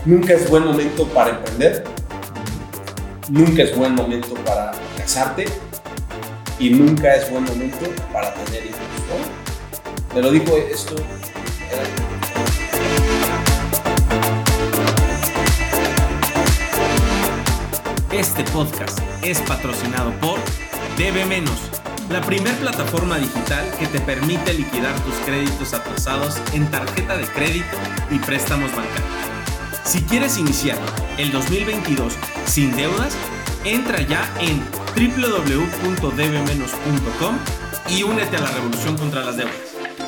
Nunca es buen momento para emprender, nunca es buen momento para casarte y nunca es buen momento para tener hijos, ¿no? Me lo dijo esto. Este podcast es patrocinado por Debe Menos, la primer plataforma digital que te permite liquidar tus créditos atrasados en tarjeta de crédito y préstamos bancarios. Si quieres iniciar el 2022 sin deudas, entra ya en www.debemenos.com y únete a la revolución contra las deudas.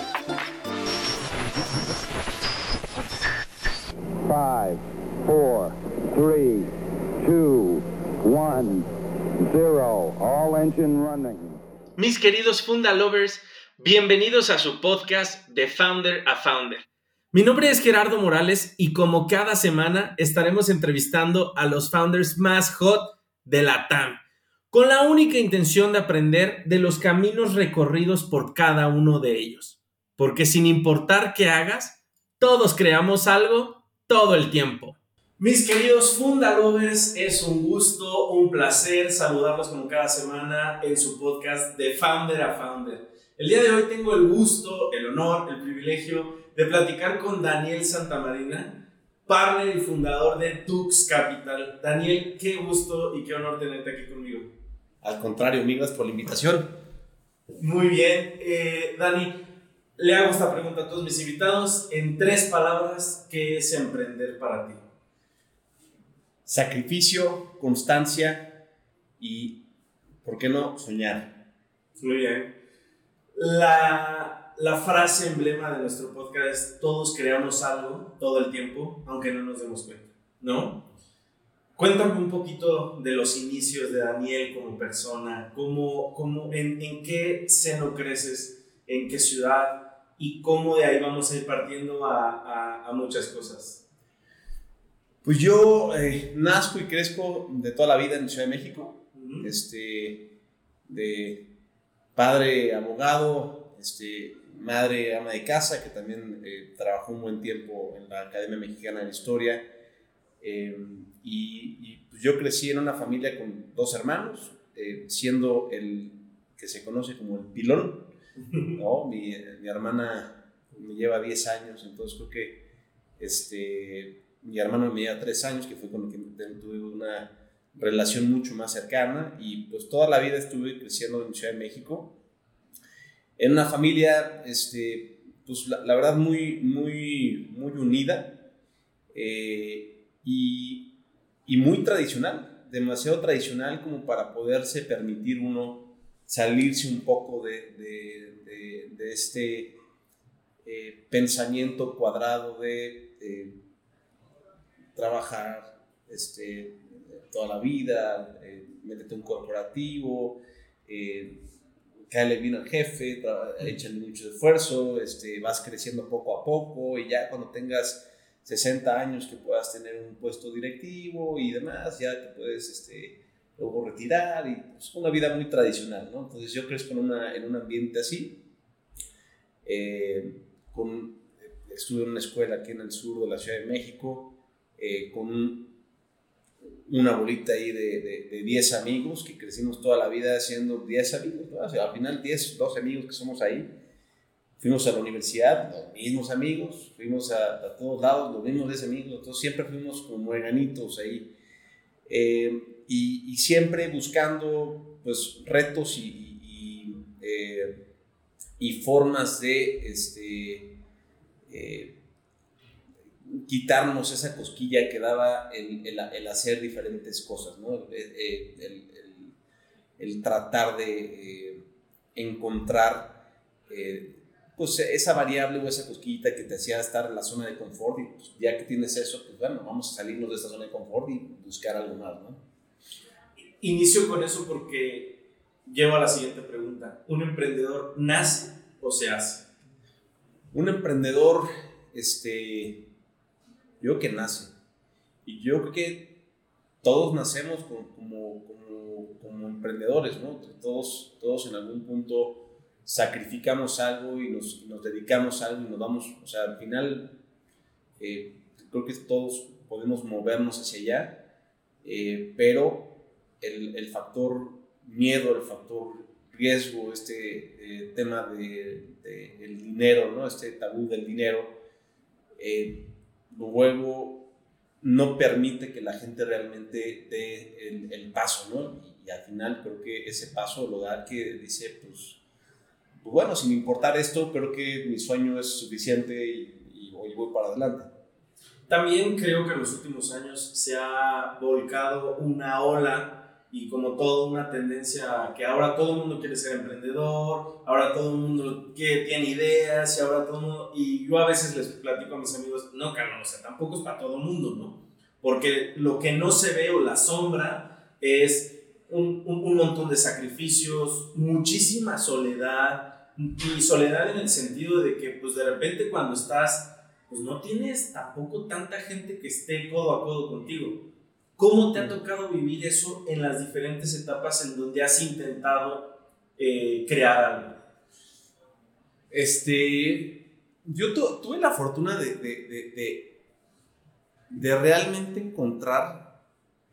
5, 4, 3, 2, 1, 0. All engine running. Mis queridos Funda Lovers, bienvenidos a su podcast de Founder a Founder. Mi nombre es Gerardo Morales y como cada semana estaremos entrevistando a los founders más hot de la TAM, con la única intención de aprender de los caminos recorridos por cada uno de ellos. Porque sin importar qué hagas, todos creamos algo todo el tiempo. Mis queridos Funda Lovers, es un gusto, un placer saludarlos como cada semana en su podcast de Founder a Founder. El día de hoy tengo el gusto, el honor, el privilegio de platicar con Daniel Santamarina, partner y fundador de Dux Capital. Daniel, qué gusto y qué honor tenerte aquí conmigo. Al contrario, amigas, por la invitación. Muy bien, Dani, le hago esta pregunta a todos mis invitados. En 3 palabras, ¿qué es emprender para ti? Sacrificio, constancia y, ¿por qué no, soñar? Muy bien. La frase emblema de nuestro podcast es: todos creamos algo todo el tiempo, aunque no nos demos cuenta, ¿no? Cuéntame un poquito de los inicios de Daniel como persona, en qué seno creces, en qué ciudad y cómo de ahí vamos a ir partiendo a muchas cosas. Pues yo nazco y crezco de toda la vida en Ciudad de México, de padre abogado, madre ama de casa, que también trabajó un buen tiempo en la Academia Mexicana de la Historia, y pues yo crecí en una familia con 2 hermanos, siendo el que se conoce como el pilón, ¿no? Mi hermana me lleva 10 años, entonces creo que mi hermano me lleva 3 años, que fue con quien tuve una relación mucho más cercana, y pues toda la vida estuve creciendo en Ciudad de México, en una familia, pues la verdad muy, muy, muy unida, y muy tradicional, demasiado tradicional como para poderse permitir uno salirse un poco de este pensamiento cuadrado de trabajar toda la vida, métete a un corporativo, cáele bien al jefe, échale mucho esfuerzo, vas creciendo poco a poco, y ya cuando tengas 60 años que puedas tener un puesto directivo y demás, ya te puedes luego retirar, y es una vida muy tradicional, ¿no? Entonces yo crezco en un ambiente así, estuve en una escuela aquí en el sur de la Ciudad de México, con una bolita ahí de 10 amigos que crecimos toda la vida siendo 10 amigos, ¿no? O sea, al final 10, 12 amigos que somos ahí. Fuimos a la universidad, los mismos amigos, fuimos a todos lados, los mismos 10 amigos, entonces siempre fuimos como hermanitos ahí, y siempre buscando pues retos y formas de quitarnos esa cosquilla que daba el hacer diferentes cosas, ¿no? El tratar de encontrar pues esa variable o esa cosquillita que te hacía estar en la zona de confort, y pues ya que tienes eso, pues bueno, vamos a salirnos de esta zona de confort y buscar algo más, ¿no? Inicio con eso porque llevo a la siguiente pregunta: ¿un emprendedor nace o se hace? Un emprendedor, yo creo que nace, y yo creo que todos nacemos como emprendedores, ¿no? Todos en algún punto sacrificamos algo y nos dedicamos a algo y nos vamos, o sea, al final creo que todos podemos movernos hacia allá, pero el factor miedo, el factor riesgo, tema del dinero, ¿no? Este tabú del dinero, luego no permite que la gente realmente dé el paso, ¿no? Y al final creo que ese paso lo da que dice, pues bueno, sin importar esto, creo que mi sueño es suficiente y hoy voy para adelante. También creo que en los últimos años se ha volcado una ola y como toda una tendencia que ahora todo el mundo quiere ser emprendedor, ahora todo el mundo tiene ideas y ahora todo el mundo... Y yo a veces les platico a mis amigos, no, Carlos, o sea, tampoco es para todo el mundo, ¿no? Porque lo que no se ve o la sombra es un montón de sacrificios, muchísima soledad, y soledad en el sentido de que pues de repente cuando estás, pues no tienes tampoco tanta gente que esté codo a codo contigo. ¿Cómo te ha tocado vivir eso en las diferentes etapas en donde has intentado crear algo? Yo tuve la fortuna de realmente encontrar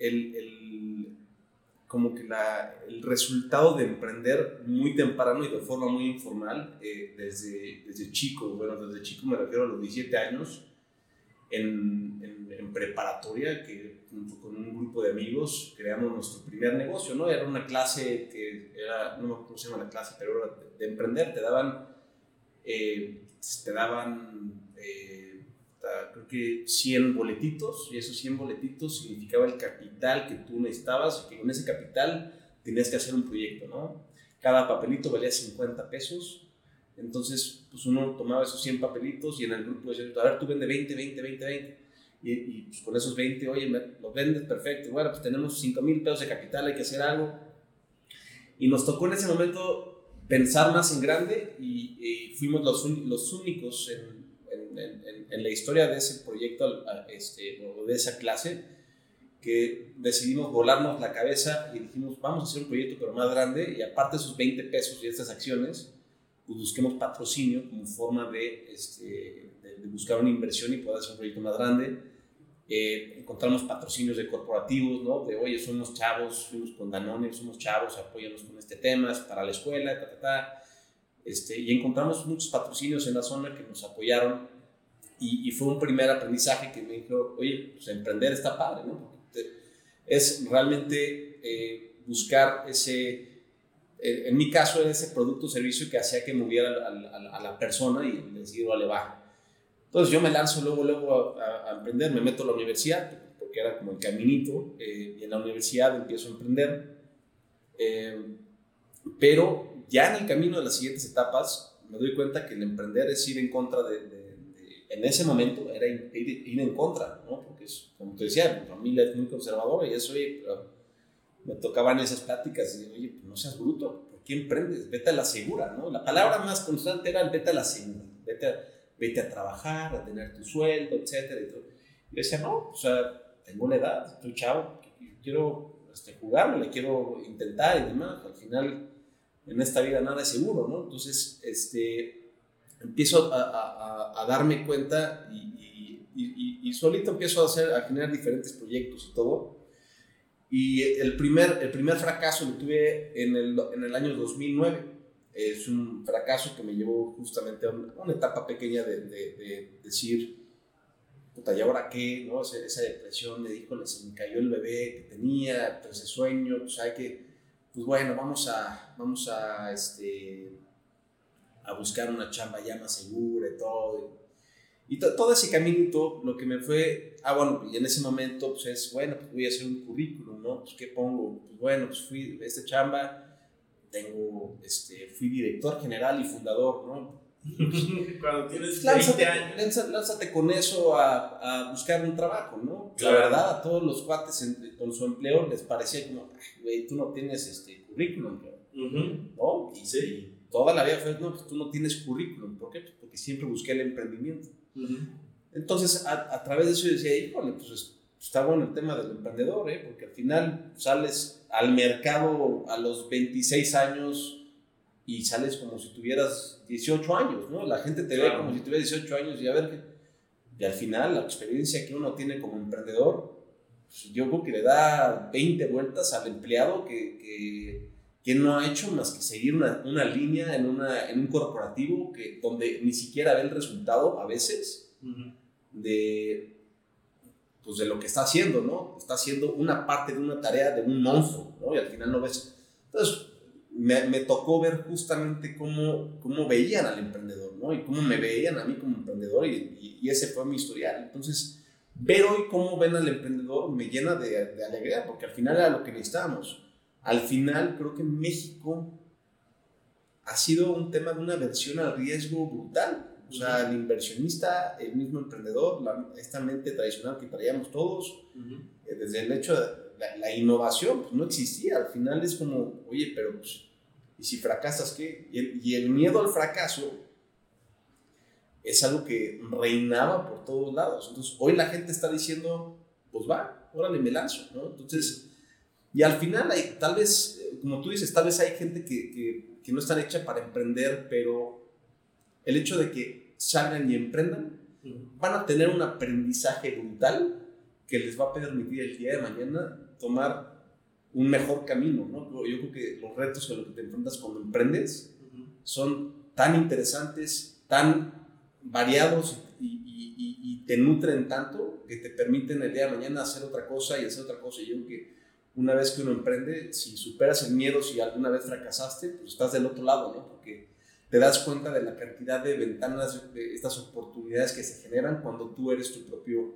como que el resultado de emprender muy temprano y de forma muy informal, desde chico. Bueno, desde chico me refiero a los 17 años, en preparatoria, que junto con un grupo de amigos creamos nuestro primer negocio, ¿no? Era una clase que era, no me acuerdo cómo se llama la clase, pero era de emprender. Te daban creo que 100 boletitos, y esos 100 boletitos significaba el capital que tú necesitabas, y que con ese capital tenías que hacer un proyecto, ¿no? Cada papelito valía 50 pesos, entonces pues uno tomaba esos 100 papelitos y en el grupo decía, a ver, tú vende 20, y pues con esos 20, oye, los vendes, perfecto, bueno, pues tenemos 5,000 pesos de capital, hay que hacer algo, y nos tocó en ese momento pensar más en grande, y fuimos los únicos en la historia de ese proyecto o de esa clase que decidimos volarnos la cabeza y dijimos, vamos a hacer un proyecto pero más grande, y aparte de esos 20 pesos y estas acciones, pues busquemos patrocinio como forma de buscar una inversión y poder hacer un proyecto más grande. Encontramos patrocinios de corporativos, ¿no? De, oye, somos chavos, fuimos con Danone, somos chavos, apóyanos con este tema, es para la escuela, y encontramos muchos patrocinios en la zona que nos apoyaron, y fue un primer aprendizaje que me dijo, oye, pues emprender está padre, ¿no? Es realmente buscar en mi caso era ese producto o servicio que hacía que moviera a la persona y decir, vale, va. Entonces yo me lanzo luego a emprender, me meto a la universidad, porque era como el caminito, y en la universidad empiezo a emprender, pero ya en el camino de las siguientes etapas me doy cuenta que el emprender es ir en contra en ese momento era ir en contra, ¿no? Porque como te decía, mi familia es muy conservadora y eso, oye, pero me tocaban esas pláticas y oye, pues no seas bruto, ¿por qué emprendes? Vete a la segura, ¿no? La palabra más constante era el vete a la segura, vete a trabajar, a tener tu sueldo, etcétera. Y todo. Y yo decía, no, o sea, tengo una edad, estoy chavo, quiero jugarme, le quiero intentar y demás. Al final, en esta vida nada es seguro, ¿no? Entonces, empiezo a darme cuenta y solito empiezo a generar diferentes proyectos y todo. Y el primer fracaso lo tuve en el año 2009. Es un fracaso que me llevó justamente a una etapa pequeña de decir, puta, ¿y ahora qué? ¿No? Esa depresión de, híjole, se me cayó el bebé que tenía, pues ese sueño, pues hay que, pues bueno, vamos a buscar una chamba ya más segura y todo. Y todo ese caminito, lo que me fue, bueno, y en ese momento, pues es, bueno, pues voy a hacer un currículum, ¿no? Pues, ¿qué pongo? Pues bueno, pues fui esta chamba, fui director general y fundador, ¿no? Cuando tienes 20 años. Lánzate con eso a buscar un trabajo, ¿no? Claro. La verdad, a todos los cuates con su empleo les parecía como, güey, tú no tienes currículum, ¿no? Y, sí. Y toda la vida fue, no, pues tú no tienes currículum. ¿Por qué? Pues porque siempre busqué el emprendimiento. Entonces, a través de eso yo decía, híjole, pues está bueno el tema del emprendedor, porque al final sales al mercado a los 26 años y sales como si tuvieras 18 años, ¿no? La gente te ve como si tuvieras 18 años y a ver, Y al final, la experiencia que uno tiene como emprendedor, pues yo creo que le da 20 vueltas al empleado que no ha hecho más que seguir una línea en un corporativo donde ni siquiera ve el resultado a veces de lo que está haciendo, ¿no? Está haciendo una parte de una tarea de un monstruo, ¿no? Y al final no ves. Entonces, me tocó ver justamente cómo veían al emprendedor, ¿no? Y cómo me veían a mí como emprendedor, y ese fue mi historial. Entonces, ver hoy cómo ven al emprendedor me llena de alegría, porque al final era lo que necesitábamos. Al final, creo que México ha sido un tema de una aversión al riesgo brutal. O sea, el inversionista, el mismo emprendedor, esta mente tradicional que traíamos todos, desde el hecho de la innovación, pues no existía. Al final es como, oye, pero pues, ¿y si fracasas qué? Y el miedo al fracaso es algo que reinaba por todos lados. Entonces, hoy la gente está diciendo, pues va, órale, me lanzo, ¿no? Entonces, y al final, tal vez, como tú dices, tal vez hay gente que no está hecha para emprender, pero el hecho de que salgan y emprendan, van a tener un aprendizaje brutal que les va a permitir el día de mañana tomar un mejor camino, ¿no? Yo creo que los retos con los que te enfrentas cuando emprendes son tan interesantes, tan variados y te nutren tanto que te permiten el día de mañana hacer otra cosa y hacer otra cosa. Y yo creo que una vez que uno emprende, si superas el miedo, si alguna vez fracasaste, pues estás del otro lado, ¿no? Porque te das cuenta de la cantidad de ventanas, de estas oportunidades que se generan cuando tú eres tu propio,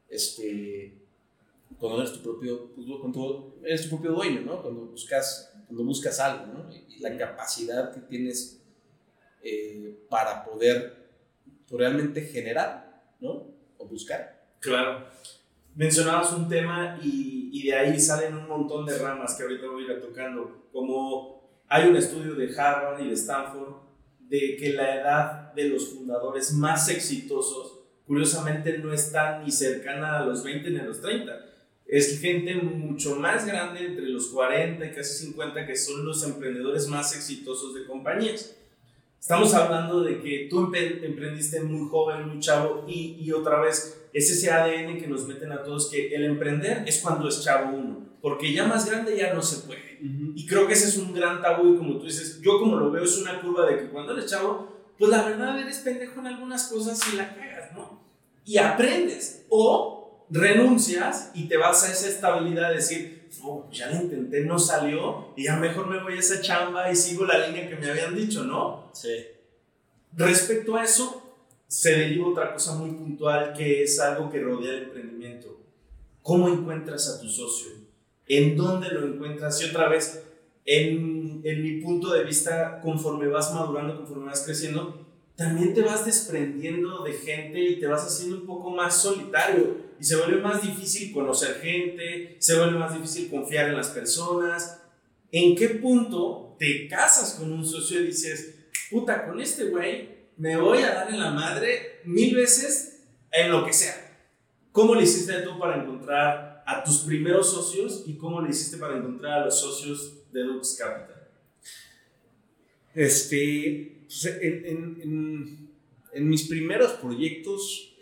cuando eres tu propio dueño, ¿no? Cuando buscas algo, ¿no? Y la capacidad que tienes para poder realmente generar, ¿no? O buscar. Claro. Mencionabas un tema y de ahí salen un montón de ramas que ahorita voy a ir tocando, como hay un estudio de Harvard y de Stanford de que la edad de los fundadores más exitosos, curiosamente, no está ni cercana a los 20 ni a los 30. Es gente mucho más grande, entre los 40 y casi 50, que son los emprendedores más exitosos de compañías. Estamos hablando de que tú emprendiste muy joven, muy chavo, y otra vez es ese ADN que nos meten a todos, que el emprender es cuando es chavo uno, porque ya más grande ya no se puede. Y creo que ese es un gran tabú, y como tú dices, yo como lo veo es una curva de que cuando eres chavo, pues la verdad eres pendejo en algunas cosas y la cagas, ¿no? Y aprendes, o renuncias y te vas a esa estabilidad de decir, oh, ya lo intenté, no salió, y ya mejor me voy a esa chamba y sigo la línea que me habían dicho, ¿no? Sí. Respecto a eso, se deriva otra cosa muy puntual, que es algo que rodea el emprendimiento. ¿Cómo encuentras a tu socio? ¿En dónde lo encuentras? Y otra vez, en mi punto de vista, conforme vas madurando, conforme vas creciendo, también te vas desprendiendo de gente y te vas haciendo un poco más solitario, y se vuelve más difícil conocer gente, se vuelve más difícil confiar en las personas. ¿En qué punto te casas con un socio y dices, puta, con este güey me voy a dar en la madre 1000 veces en lo que sea? ¿Cómo le hiciste tú para encontrar a tus primeros socios y cómo le hiciste para encontrar a los socios de Dux Capital? Pues, en mis primeros proyectos,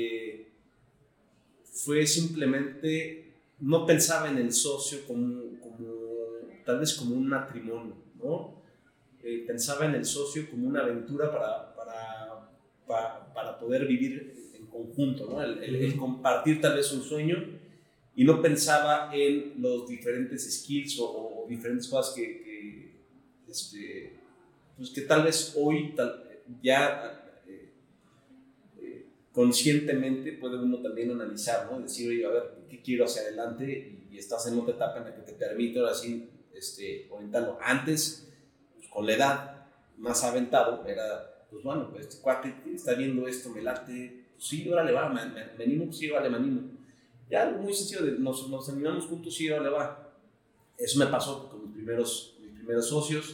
fue simplemente, no pensaba en el socio como tal vez como un matrimonio, ¿no? Pensaba en el socio como una aventura para poder vivir en conjunto, ¿no? El compartir tal vez un sueño, y no pensaba en los diferentes skills o diferentes cosas pues que tal vez hoy ya conscientemente puede uno también analizar, ¿no? Decir, oye, a ver, ¿qué quiero hacia adelante? Y estás en otra etapa en la que te permite ahora sí orientarlo. Antes, pues, con la edad, más aventado, era, pues bueno, pues este cuate está viendo esto, me late, pues sí, órale va, me animo, pues sí, vale, me animo. Ya algo muy sencillo, nos animamos juntos, sí, órale va. Eso me pasó con mis primeros socios.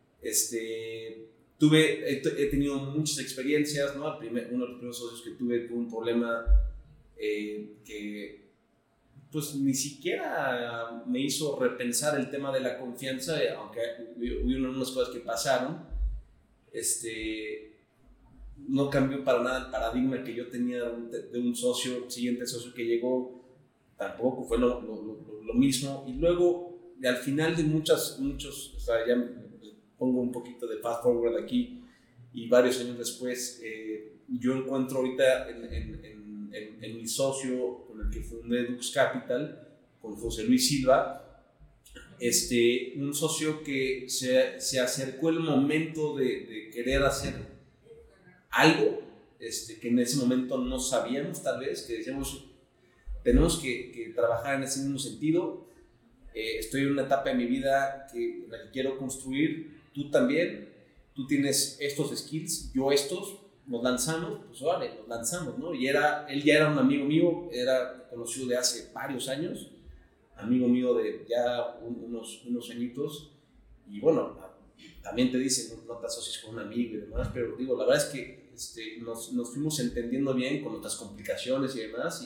He tenido muchas experiencias, ¿no? Uno de los primeros socios que tuve un problema que pues ni siquiera me hizo repensar el tema de la confianza, aunque hubo unas cosas que pasaron. no cambió para nada el paradigma que yo tenía de un socio, siguiente socio que llegó, tampoco fue lo mismo. Y luego, al final de muchos, o sea, ya pongo un poquito de fast forward aquí, y varios años después, yo encuentro ahorita en mi socio con el que fundé Dux Capital, con José Luis Silva, un socio que se acercó el momento de querer hacer algo que en ese momento no sabíamos, tal vez, que decíamos, tenemos que trabajar en ese mismo sentido. Estoy en una etapa de mi vida en la que quiero construir, tú también, tú tienes estos skills, yo estos, nos lanzamos, pues vale, nos lanzamos, ¿no? Y él ya era un amigo mío, era conocido de hace varios años, amigo mío de ya unos añitos, y bueno, también te dicen, no te asocies con un amigo y demás, pero digo, la verdad es que nos fuimos entendiendo bien con nuestras complicaciones y demás,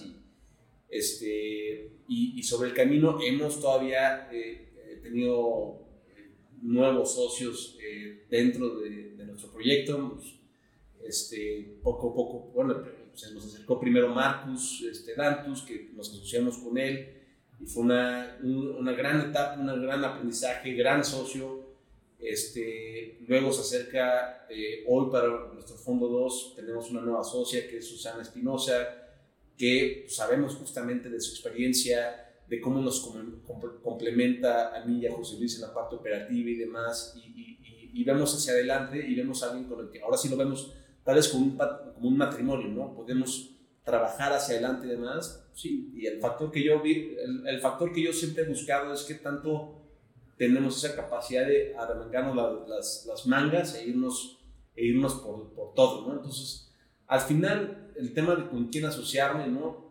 y sobre el camino hemos todavía tenido nuevos socios dentro de nuestro proyecto. Poco a poco, bueno, se nos acercó primero Marcus Dantus, que nos asociamos con él, y fue una gran etapa, un gran aprendizaje, gran socio. Luego se acerca, hoy para nuestro Fondo 2 tenemos una nueva socia que es Susana Espinosa, que sabemos justamente de su experiencia, de cómo nos complementa a mí y a José Luis en la parte operativa y demás, y vemos hacia adelante y vemos a alguien con el que ahora sí lo vemos tal vez como un matrimonio, ¿no? Podemos trabajar hacia adelante y demás, sí, y el factor que yo siempre he buscado es que tanto tenemos esa capacidad de arremangarnos las mangas e irnos por todo, ¿no? Entonces, al final, el tema de con quién asociarme, ¿no?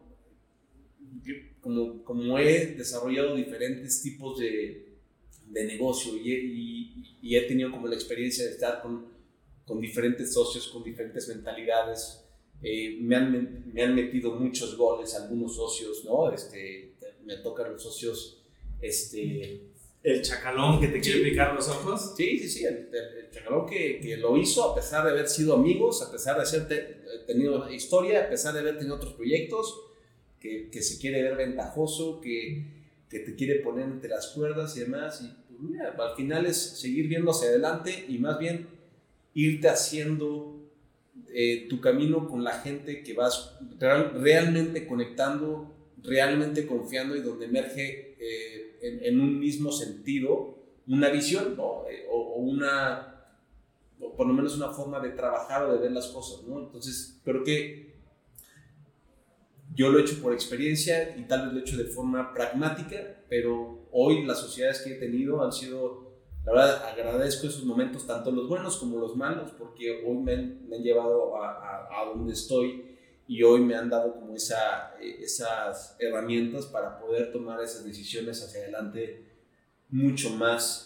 Como he desarrollado diferentes tipos de negocio y he tenido como la experiencia de estar con diferentes socios, con diferentes mentalidades, me han metido muchos goles algunos socios, ¿no? Me tocan los socios, ¿El chacalón que te quiere picar los ojos? Sí, el chacalón que lo hizo a pesar de haber sido amigos, a pesar de haber tenido historia, a pesar de haber tenido otros proyectos, que se quiere ver ventajoso, que te quiere poner entre las cuerdas y demás. Y pues mira, al final es seguir viendo hacia adelante y más bien irte haciendo tu camino con la gente que vas realmente conectando, realmente confiando, y donde emerge en un mismo sentido una visión, ¿no? O por lo menos una forma de trabajar o de ver las cosas, ¿no? Entonces creo que yo lo he hecho por experiencia y tal vez lo he hecho de forma pragmática, pero hoy las sociedades que he tenido han sido, la verdad, agradezco esos momentos, tanto los buenos como los malos, porque hoy me han llevado a donde estoy, y hoy me han dado como esas herramientas para poder tomar esas decisiones hacia adelante mucho más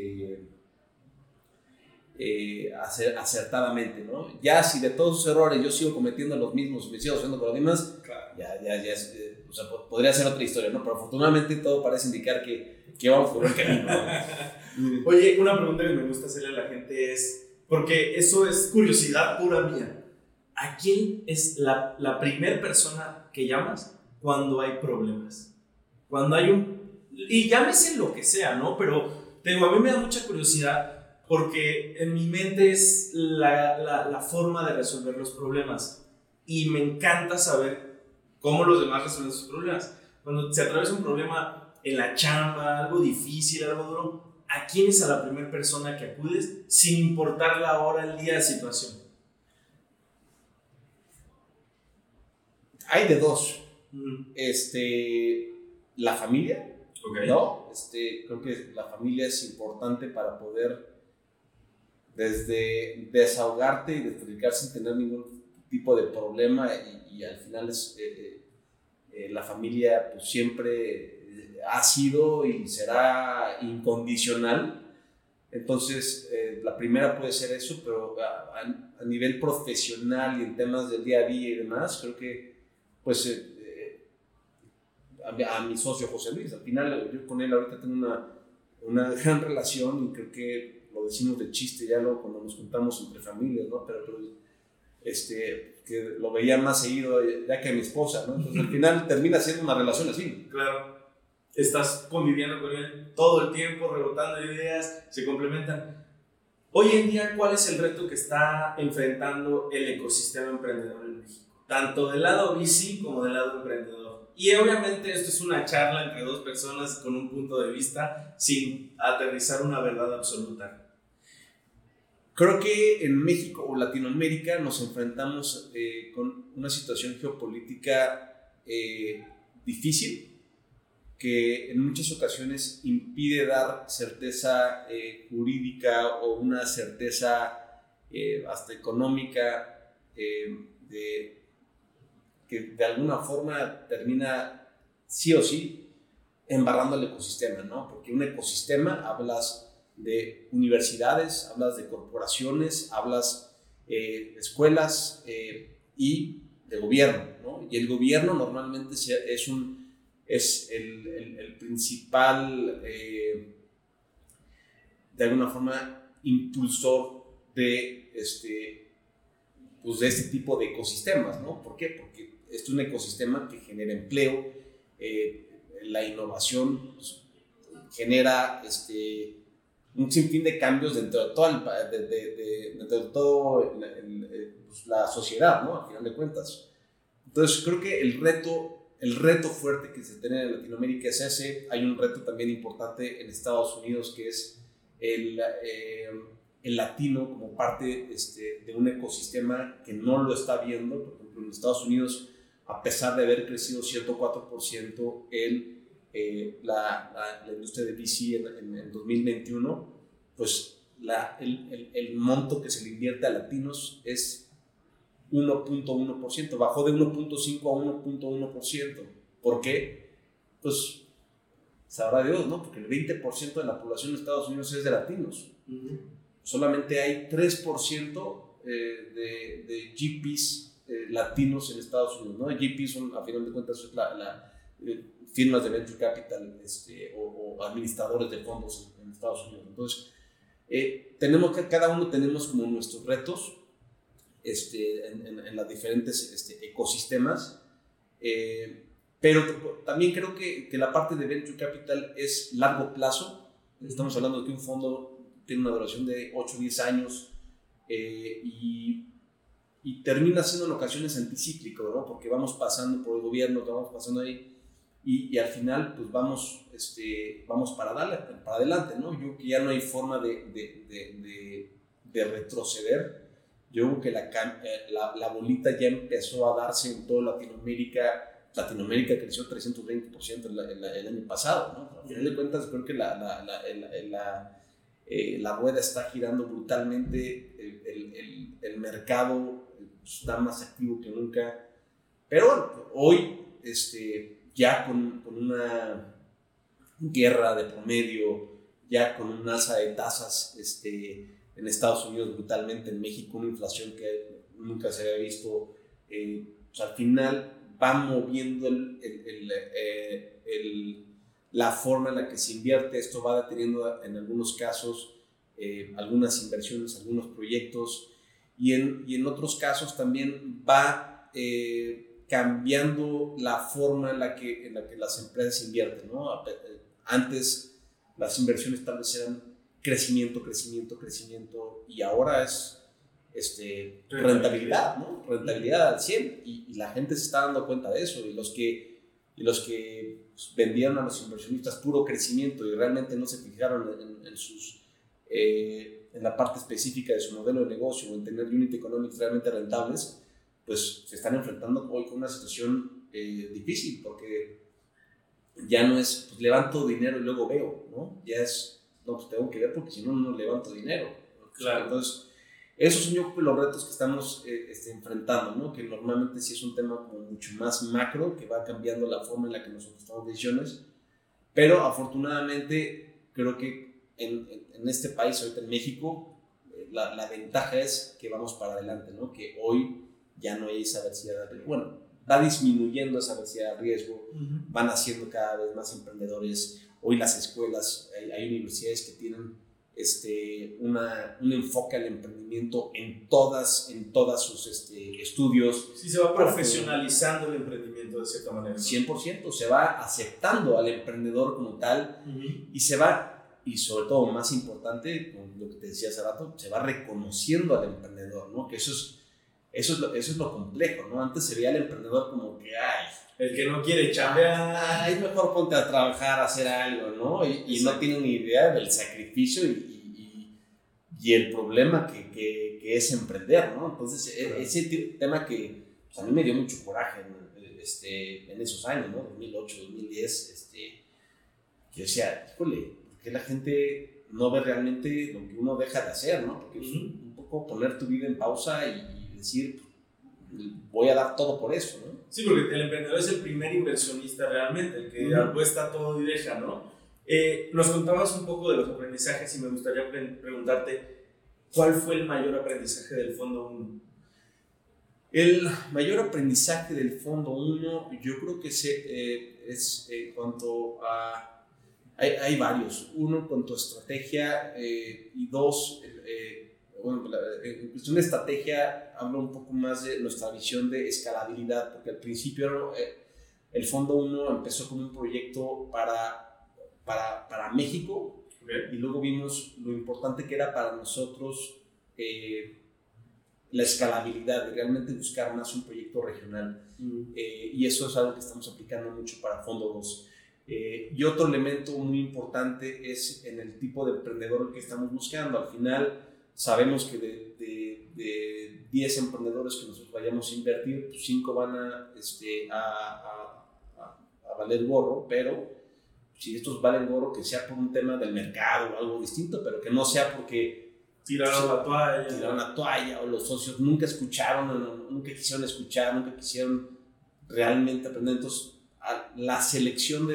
acertadamente, ¿no? Ya si de todos esos errores yo sigo cometiendo los mismos, me sigo haciendo con los mismos, claro, ya o sea, podría ser otra historia, ¿no? Pero afortunadamente todo parece indicar que vamos por el camino, ¿no? Oye, una pregunta que me gusta hacerle a la gente es, porque eso es curiosidad pura mía, ¿a quién es la primer persona que llamas cuando hay problemas? Cuando hay y llámese lo que sea, ¿no? Pero a mí me da mucha curiosidad, porque en mi mente es la forma de resolver los problemas, y me encanta saber cómo los demás resuelven sus problemas. Cuando se atraviesa un problema en la chamba, algo difícil, algo duro, ¿a quién es a la primera persona que acudes sin importar la hora, el día, la situación? Hay de dos. La familia, okay, ¿no? Creo que la familia es importante para poder desde desahogarte y despotricar sin tener ningún tipo de problema, y al final la familia pues siempre ha sido y será incondicional. Entonces la primera puede ser eso, pero a nivel profesional y en temas del día a día y demás, creo que pues a mi socio José Luis, al final yo con él ahorita tengo una gran relación, y creo que lo decimos de chiste ya cuando nos juntamos entre familias, ¿no? Pero que lo veía más seguido ya que a mi esposa, ¿no? Entonces al final termina siendo una relación así. Claro. Estás conviviendo con él todo el tiempo, rebotando ideas, se complementan. Hoy en día, ¿cuál es el reto que está enfrentando el ecosistema emprendedor en México? Tanto del lado VC como del lado emprendedor. Y obviamente esto es una charla entre dos personas con un punto de vista sin aterrizar una verdad absoluta. Creo que en México o Latinoamérica nos enfrentamos con una situación geopolítica difícil, que en muchas ocasiones impide dar certeza jurídica o una certeza hasta económica que de alguna forma termina sí o sí embarrando el ecosistema, ¿no? Porque un ecosistema, hablas de universidades, hablas de corporaciones, hablas de escuelas y de gobierno, ¿no? Y el gobierno normalmente es el principal, de alguna forma, impulsor de este tipo de ecosistemas, ¿no? ¿Por qué? Porque es un ecosistema que genera empleo, la innovación pues, genera un sinfín de cambios dentro de toda la sociedad, ¿no? Al final de cuentas. Entonces, creo que el reto fuerte que se tiene en Latinoamérica es ese. Hay un reto también importante en Estados Unidos que es el latino como parte de un ecosistema que no lo está viendo. Por ejemplo, en Estados Unidos, a pesar de haber crecido 104% la industria de VC en 2021, pues el monto que se le invierte a latinos es 1.1%, bajó de 1.5 a 1.1%. ¿Por qué? Pues sabrá Dios, ¿no? Porque el 20% de la población de Estados Unidos es de latinos. Uh-huh. Solamente hay 3% de GPs latinos en Estados Unidos, ¿no? GPs son, a final de cuentas, firmas de venture capital o administradores de fondos en Estados Unidos. Entonces, cada uno tenemos como nuestros retos en los diferentes ecosistemas, pero también creo que la parte de venture capital es largo plazo. Estamos hablando de que un fondo tiene una duración de 8 o 10 años y termina siendo en ocasiones anticíclico, ¿no? Porque vamos pasando por el gobierno, vamos pasando ahí y al final pues vamos para adelante, ¿no? Yo creo que ya no hay forma de retroceder. Yo creo que la bolita ya empezó a darse en toda Latinoamérica. Latinoamérica creció 320% el año pasado, ¿no? Al final de cuentas, creo que la rueda está girando brutalmente, el mercado está más activo que nunca. Pero bueno, hoy, ya con una guerra de promedio, ya con un alza de tasas en Estados Unidos brutalmente, en México una inflación que nunca se había visto, pues al final va moviendo la forma en la que se invierte. Esto va deteniendo en algunos casos algunas inversiones, algunos proyectos y en otros casos también va cambiando la forma en la que las empresas invierten, ¿no? Antes las inversiones tal vez eran crecimiento y ahora es rentabilidad, ¿no? Rentabilidad al 100 y la gente se está dando cuenta de eso y los que pues, vendieron a los inversionistas puro crecimiento y realmente no se fijaron en la parte específica de su modelo de negocio o en tener unit economics realmente rentables, pues se están enfrentando hoy con una situación difícil porque ya no es pues, levanto dinero y luego veo, ¿no? Ya es, no, pues tengo que ver porque si no, no levanto dinero. Claro. Entonces, esos son yo los retos que estamos enfrentando, ¿no? Que normalmente sí es un tema como mucho más macro, que va cambiando la forma en la que nosotros tomamos decisiones, pero afortunadamente creo que en este país, ahorita en México, la ventaja es que vamos para adelante, ¿no? Que hoy ya no hay esa adversidad, bueno, va disminuyendo esa adversidad de riesgo, van haciendo cada vez más emprendedores. Hoy las escuelas, hay universidades que tienen un enfoque al emprendimiento en todas sus estudios. Sí, se va profesionalizando el emprendimiento de cierta manera, ¿no? 100%, se va aceptando al emprendedor como tal, y se va, y sobre todo más importante, como lo que te decía hace rato, se va reconociendo al emprendedor, ¿no? Que eso es lo complejo, ¿no? Antes se veía al emprendedor como que, el que no quiere chambear, es mejor ponte a trabajar, a hacer algo, ¿no? Y no tiene ni idea del sacrificio y el problema que es emprender, ¿no? Entonces, ese tema que pues, a mí me dio mucho coraje en esos años, ¿no? 2008, 2010, yo decía, híjole, ¿por qué la gente no ve realmente lo que uno deja de hacer, ¿no? Porque es un poco poner tu vida en pausa y decir, voy a dar todo por eso, ¿no? Sí, porque el emprendedor es el primer inversionista realmente, el que apuesta todo y deja, ¿no? Nos contabas un poco de los aprendizajes y me gustaría preguntarte, ¿cuál fue el mayor aprendizaje del Fondo 1? El mayor aprendizaje del Fondo 1, yo creo que es en cuanto a... Hay varios. Uno, en cuanto a estrategia, y dos, en cuestión de estrategia, hablo un poco más de nuestra visión de escalabilidad, porque al principio el Fondo 1 empezó como un proyecto para México, y luego vimos lo importante que era para nosotros la escalabilidad, de realmente buscar más un proyecto regional, y eso es algo que estamos aplicando mucho para Fondo 2. Y otro elemento muy importante es en el tipo de emprendedor que estamos buscando. Al final sabemos que de 10 emprendedores que nosotros vayamos a invertir, pues 5 van a valer gorro, pero si estos valen gorro, que sea por un tema del mercado o algo distinto, pero que no sea porque tiraron la toalla, o los socios nunca escucharon, nunca quisieron escuchar, nunca quisieron realmente aprender. Entonces, la selección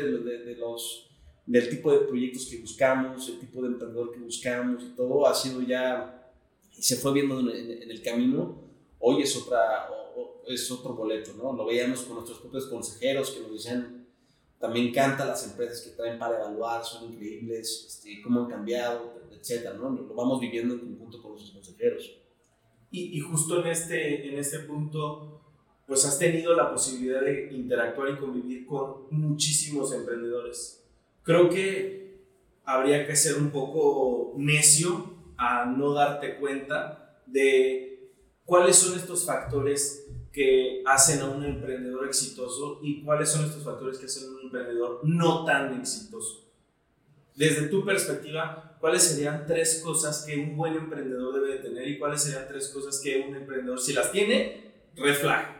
del tipo de proyectos que buscamos, el tipo de emprendedor que buscamos y todo ha sido ya, y se fue viendo en el camino. Hoy es otro boleto, ¿no? Lo veíamos con nuestros propios consejeros que nos decían, también encantan las empresas que traen para evaluar, son increíbles, cómo han cambiado, etcétera, ¿no? Lo vamos viviendo en conjunto con nuestros consejeros. Y justo en este punto, pues has tenido la posibilidad de interactuar y convivir con muchísimos emprendedores. Creo que habría que ser un poco necio a no darte cuenta de cuáles son estos factores que hacen a un emprendedor exitoso y cuáles son estos factores que hacen a un emprendedor no tan exitoso. Desde tu perspectiva, ¿cuáles serían 3 cosas que un buen emprendedor debe de tener y cuáles serían 3 cosas que un emprendedor, si las tiene, red flag?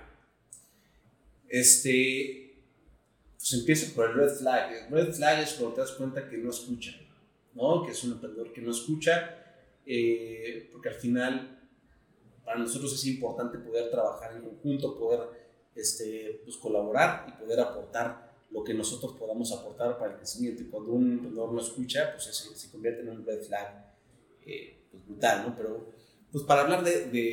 Pues empiezo por el red flag. El red flag es cuando te das cuenta que no escucha, ¿no? Que es un emprendedor que no escucha, porque al final para nosotros es importante poder trabajar en conjunto, poder pues colaborar y poder aportar lo que nosotros podamos aportar para el crecimiento. Y cuando un emprendedor no escucha, pues se convierte en un red flag pues brutal, ¿no? Pero pues para hablar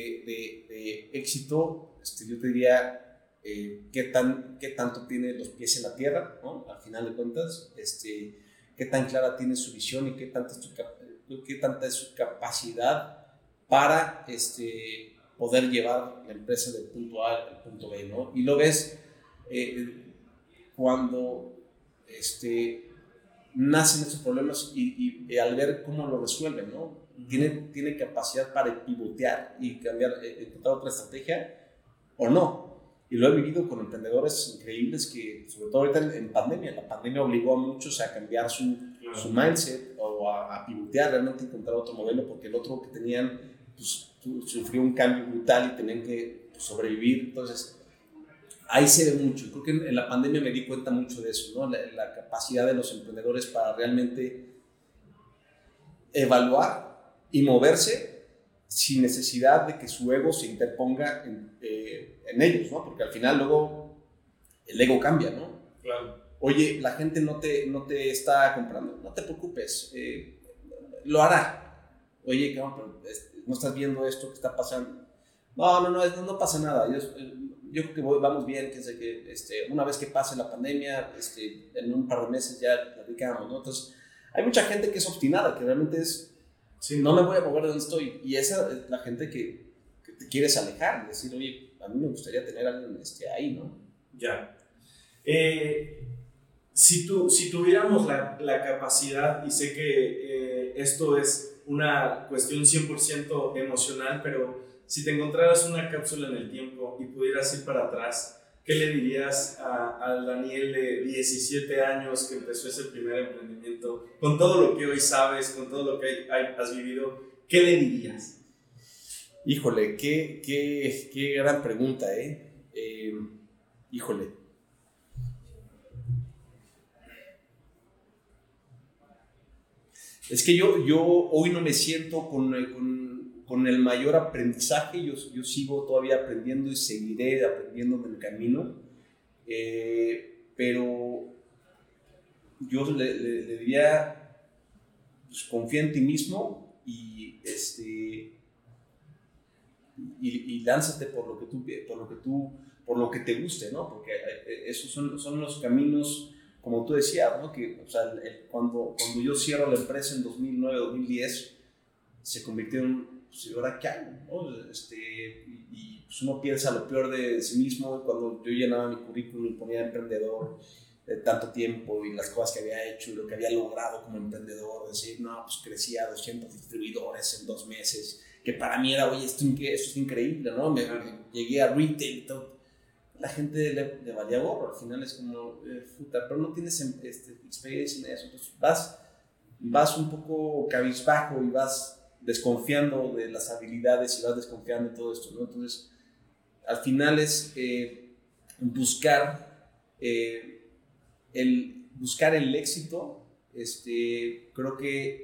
de éxito, yo te diría qué tanto tiene los pies en la tierra, ¿no? Al final de cuentas, qué tan clara tiene su visión y qué tanta es su capacidad para poder llevar la empresa del punto A al punto B, ¿no? Y lo ves cuando nacen estos problemas y al ver cómo lo resuelven, ¿no? Tiene capacidad para pivotear y encontrar otra estrategia o no. Y lo he vivido con emprendedores increíbles que, sobre todo ahorita en pandemia, la pandemia obligó a muchos a cambiar su mindset o a pivotear, realmente encontrar otro modelo, porque el otro que tenían pues, sufrió un cambio brutal y tenían que sobrevivir. Entonces, ahí se ve mucho. Creo que en la pandemia me di cuenta mucho de eso, ¿no? La capacidad de los emprendedores para realmente evaluar y moverse sin necesidad de que su ego se interponga en ellos, ¿no? Porque al final luego el ego cambia, ¿no? Claro. Oye, la gente no te está comprando, no te preocupes, lo hará. Oye, cabrón, pero no estás viendo esto que está pasando. No pasa nada. Yo creo que vamos bien, que una vez que pase la pandemia, en un par de meses ya platicamos, ¿no? Entonces, hay mucha gente que es obstinada, que realmente es Sí. No me voy a mover de donde estoy. Y esa es la gente que te quieres alejar y decir, oye, a mí me gustaría tener a alguien ahí, ¿no? Ya. Si tuviéramos la capacidad, y sé que esto es una cuestión 100% emocional, pero si te encontraras una cápsula en el tiempo y pudieras ir para atrás, ¿qué le dirías al Daniel de 17 años que empezó ese primer emprendimiento? Con todo lo que hoy sabes, con todo lo que has vivido, ¿qué le dirías? Híjole, qué gran pregunta, híjole. Es que yo hoy no me siento con el mayor aprendizaje. Yo sigo todavía aprendiendo y seguiré aprendiendo en el camino. Pero yo le diría, pues, confía en ti mismo y lánzate por lo que te guste, ¿no? Porque esos son los caminos, como tú decías, ¿no? Que, o sea, cuando yo cierro la empresa en 2009, 2010, se convirtió en, pues, ¿y ahora qué hago? ¿No? Y pues uno piensa lo peor de sí mismo. Cuando yo llenaba mi currículum y ponía emprendedor de tanto tiempo y las cosas que había hecho y lo que había logrado como emprendedor, decir, no, pues crecí a 200 distribuidores en 2 meses, que para mí era, oye, esto es increíble, ¿no? Llegué a retail y todo. La gente le valía gorro. Al final es como, puta, pero no tienes experiencia en eso. Entonces vas un poco cabizbajo y vas desconfiando de las habilidades y vas desconfiando de todo esto, ¿no? Entonces, al final es buscar el éxito. Creo que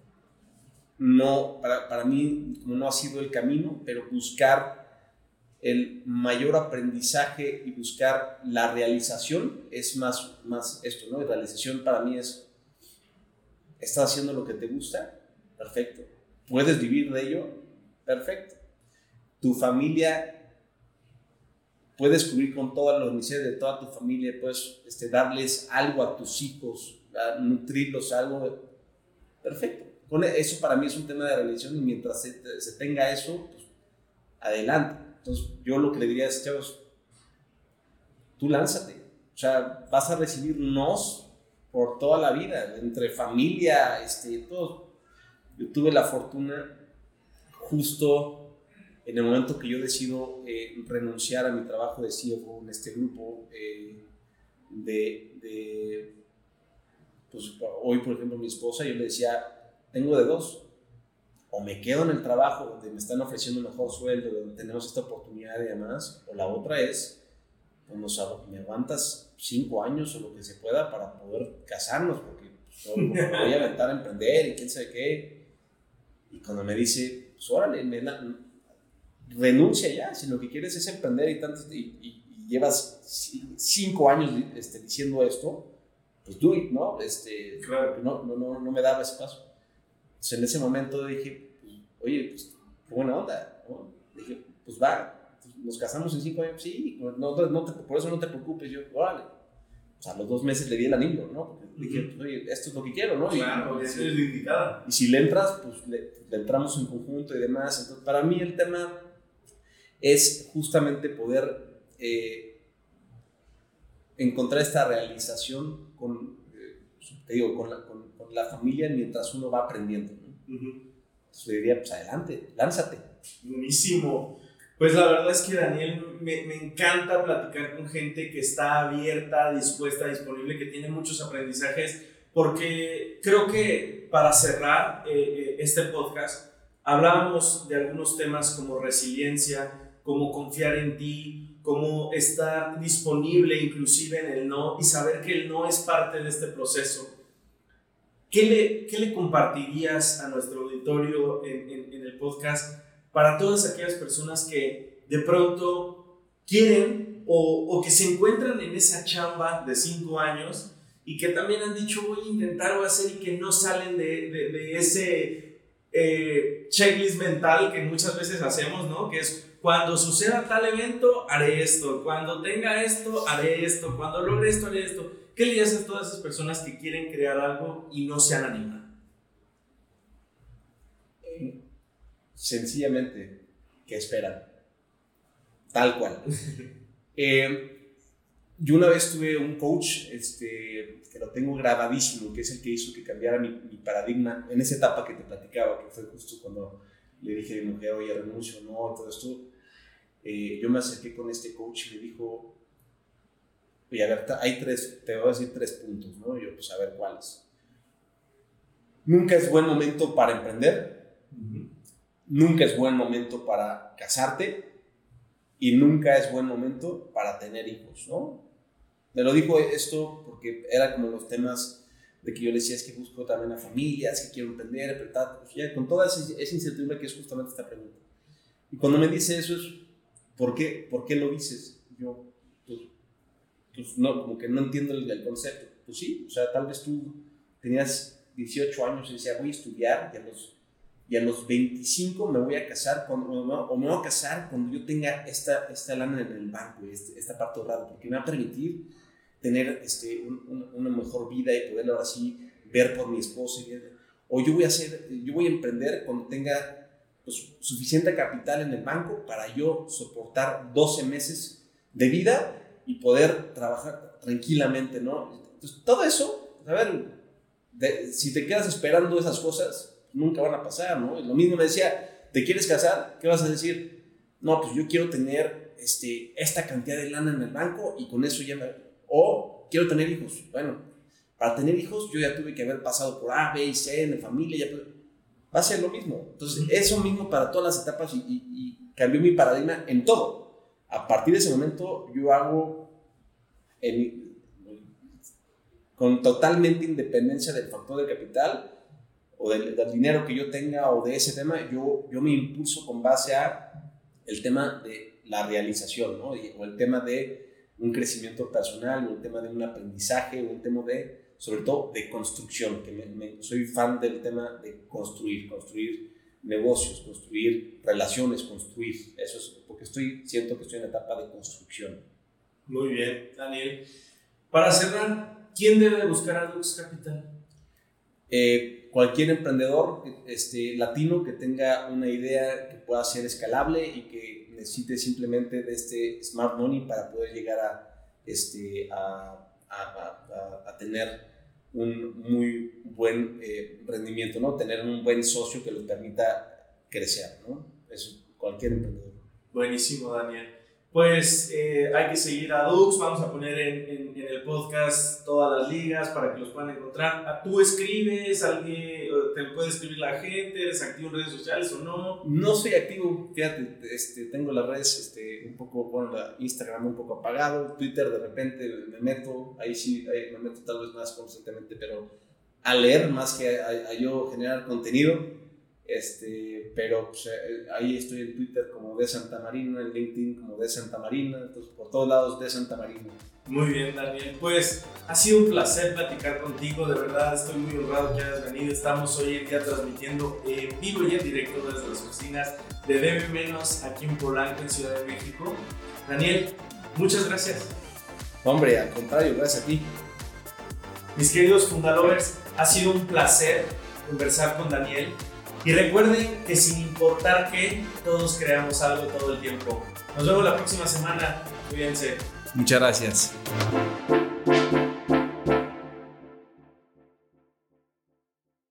no, para mí no ha sido el camino, pero buscar el mayor aprendizaje y buscar la realización es más esto, ¿no? La realización para mí es, estás haciendo lo que te gusta, perfecto. ¿Puedes vivir de ello? Perfecto. Tu familia, puedes cubrir con todas las necesidades de toda tu familia, puedes darles algo a tus hijos, nutrirlos algo, perfecto. Con eso para mí es un tema de realización, y mientras se tenga eso, pues, adelante. Entonces yo lo que le diría es, chavos, tú lánzate. O sea, vas a recibir nos por toda la vida, entre familia, todo. Yo tuve la fortuna, justo en el momento que yo decido renunciar a mi trabajo de CFO en este grupo, pues hoy, por ejemplo, mi esposa, yo le decía, tengo de dos: o me quedo en el trabajo donde me están ofreciendo un mejor sueldo, donde tenemos esta oportunidad y demás, o la otra es, pues, me aguantas 5 años o lo que se pueda para poder casarnos, porque pues, me voy a aventar a emprender y quién sabe qué. Y cuando me dice, pues órale, renuncia ya, si lo que quieres es emprender y llevas 5 años diciendo esto, pues do it, ¿no? Claro. No me daba ese paso. Entonces, en ese momento dije, pues, oye, pues, qué buena onda, ¿no? Dije, pues va, nos casamos en 5 años, sí, por eso no te preocupes. Yo, órale. O sea, a los 2 meses le di el anillo, ¿no? Porque dije, pues, oye, esto es lo que quiero, ¿no? Claro, eso es lo indicado. Y si le entras, pues le entramos en conjunto y demás. Entonces, para mí el tema es justamente poder encontrar esta realización con la familia mientras uno va aprendiendo, ¿no? Entonces le diría, pues adelante, lánzate. Buenísimo. Pues la verdad es que, Daniel, me encanta platicar con gente que está abierta, dispuesta, disponible, que tiene muchos aprendizajes, porque creo que para cerrar este podcast hablábamos de algunos temas como resiliencia, como confiar en ti, como estar disponible inclusive en el no y saber que el no es parte de este proceso. ¿Qué le compartirías a nuestro auditorio en el podcast para todas aquellas personas que de pronto quieren o que se encuentran en esa chamba de 5 años y que también han dicho voy a intentar o hacer y que no salen de ese checklist mental que muchas veces hacemos, ¿no? Que es, cuando suceda tal evento haré esto, cuando tenga esto haré esto, cuando logre esto haré esto? ¿Qué le dices a todas esas personas que quieren crear algo y no se han animado? sencillamente, ¿qué esperan? Tal cual. Yo una vez tuve un coach que lo tengo grabadísimo, que es el que hizo que cambiara mi paradigma en esa etapa que te platicaba, que fue justo cuando le dije a mi mujer, oye, renuncio, no, todo esto. Yo me acerqué con este coach y me dijo, oye, a ver, te voy a decir 3 puntos, ¿no? Y yo, pues, a ver, ¿cuáles? Nunca es buen momento para emprender, nunca es buen momento para casarte y nunca es buen momento para tener hijos, ¿no? Me lo dijo esto porque era como los temas de que yo le decía, es que busco también a familias, que quiero emprender, pero pues ya, con toda esa incertidumbre que es justamente esta pregunta. Y cuando me dice eso es, ¿por qué lo dices? Yo, pues no, como que no entiendo el concepto. Pues sí, o sea, tal vez tú tenías 18 años y decías, voy a estudiar y a los 25 me voy a casar o me voy a casar cuando yo tenga esta lana en el banco, esta parte ahorrada, porque me va a permitir tener una mejor vida y poder ahora sí ver por mi esposa. O yo voy a emprender cuando tenga pues, suficiente capital en el banco para yo soportar 12 meses de vida y poder trabajar tranquilamente, ¿no? Entonces, todo eso, a ver, si te quedas esperando esas cosas, nunca van a pasar, ¿no? Lo mismo me decía, ¿te quieres casar? ¿Qué vas a decir? No, pues yo quiero tener esta cantidad de lana en el banco y con eso ya o quiero tener hijos. Bueno, para tener hijos yo ya tuve que haber pasado por A, B y C en la familia, va a ser lo mismo. Entonces, eso mismo para todas las etapas y cambió mi paradigma en todo. A partir de ese momento yo hago con totalmente independencia del factor de capital o del dinero que yo tenga o de ese tema, yo me impulso con base a el tema de la realización, ¿no? O el tema de un crecimiento personal, o el tema de un aprendizaje, o el tema de, sobre todo, de construcción, que soy fan del tema de construir negocios, construir relaciones, construir, eso es porque siento que estoy en la etapa de construcción. Muy bien, Daniel. Para cerrar, ¿quién debe buscar a Dux Capital? Cualquier emprendedor latino que tenga una idea que pueda ser escalable y que necesite simplemente de este smart money para poder llegar a tener un muy buen rendimiento, ¿no? Tener un buen socio que lo permita crecer, ¿no? Eso, cualquier emprendedor. Buenísimo, Daniel. Pues hay que seguir a Dux, vamos a poner en el podcast todas las ligas para que los puedan encontrar. ¿Tú escribes? ¿Alguien te puede escribir la gente? ¿Eres activo en redes sociales o no? No soy activo, fíjate, tengo las redes un poco, bueno, Instagram un poco apagado, Twitter de repente me meto, ahí me meto tal vez más constantemente, pero a leer más que a yo generar contenido. Pero pues, ahí estoy en Twitter como de Santa Marina, en LinkedIn como de Santa Marina, entonces por todos lados de Santa Marina. Muy bien, Daniel, pues ha sido un placer platicar contigo, de verdad estoy muy honrado que hayas venido. Estamos hoy en día transmitiendo en vivo y en directo desde las oficinas de DB- aquí en Polanco, en Ciudad de México. Daniel, muchas gracias. Hombre, al contrario, gracias a ti. Mis queridos Fundalovers, ha sido un placer conversar con Daniel. Y recuerden que sin importar qué, todos creamos algo todo el tiempo. Nos vemos la próxima semana. Cuídense. Muchas gracias.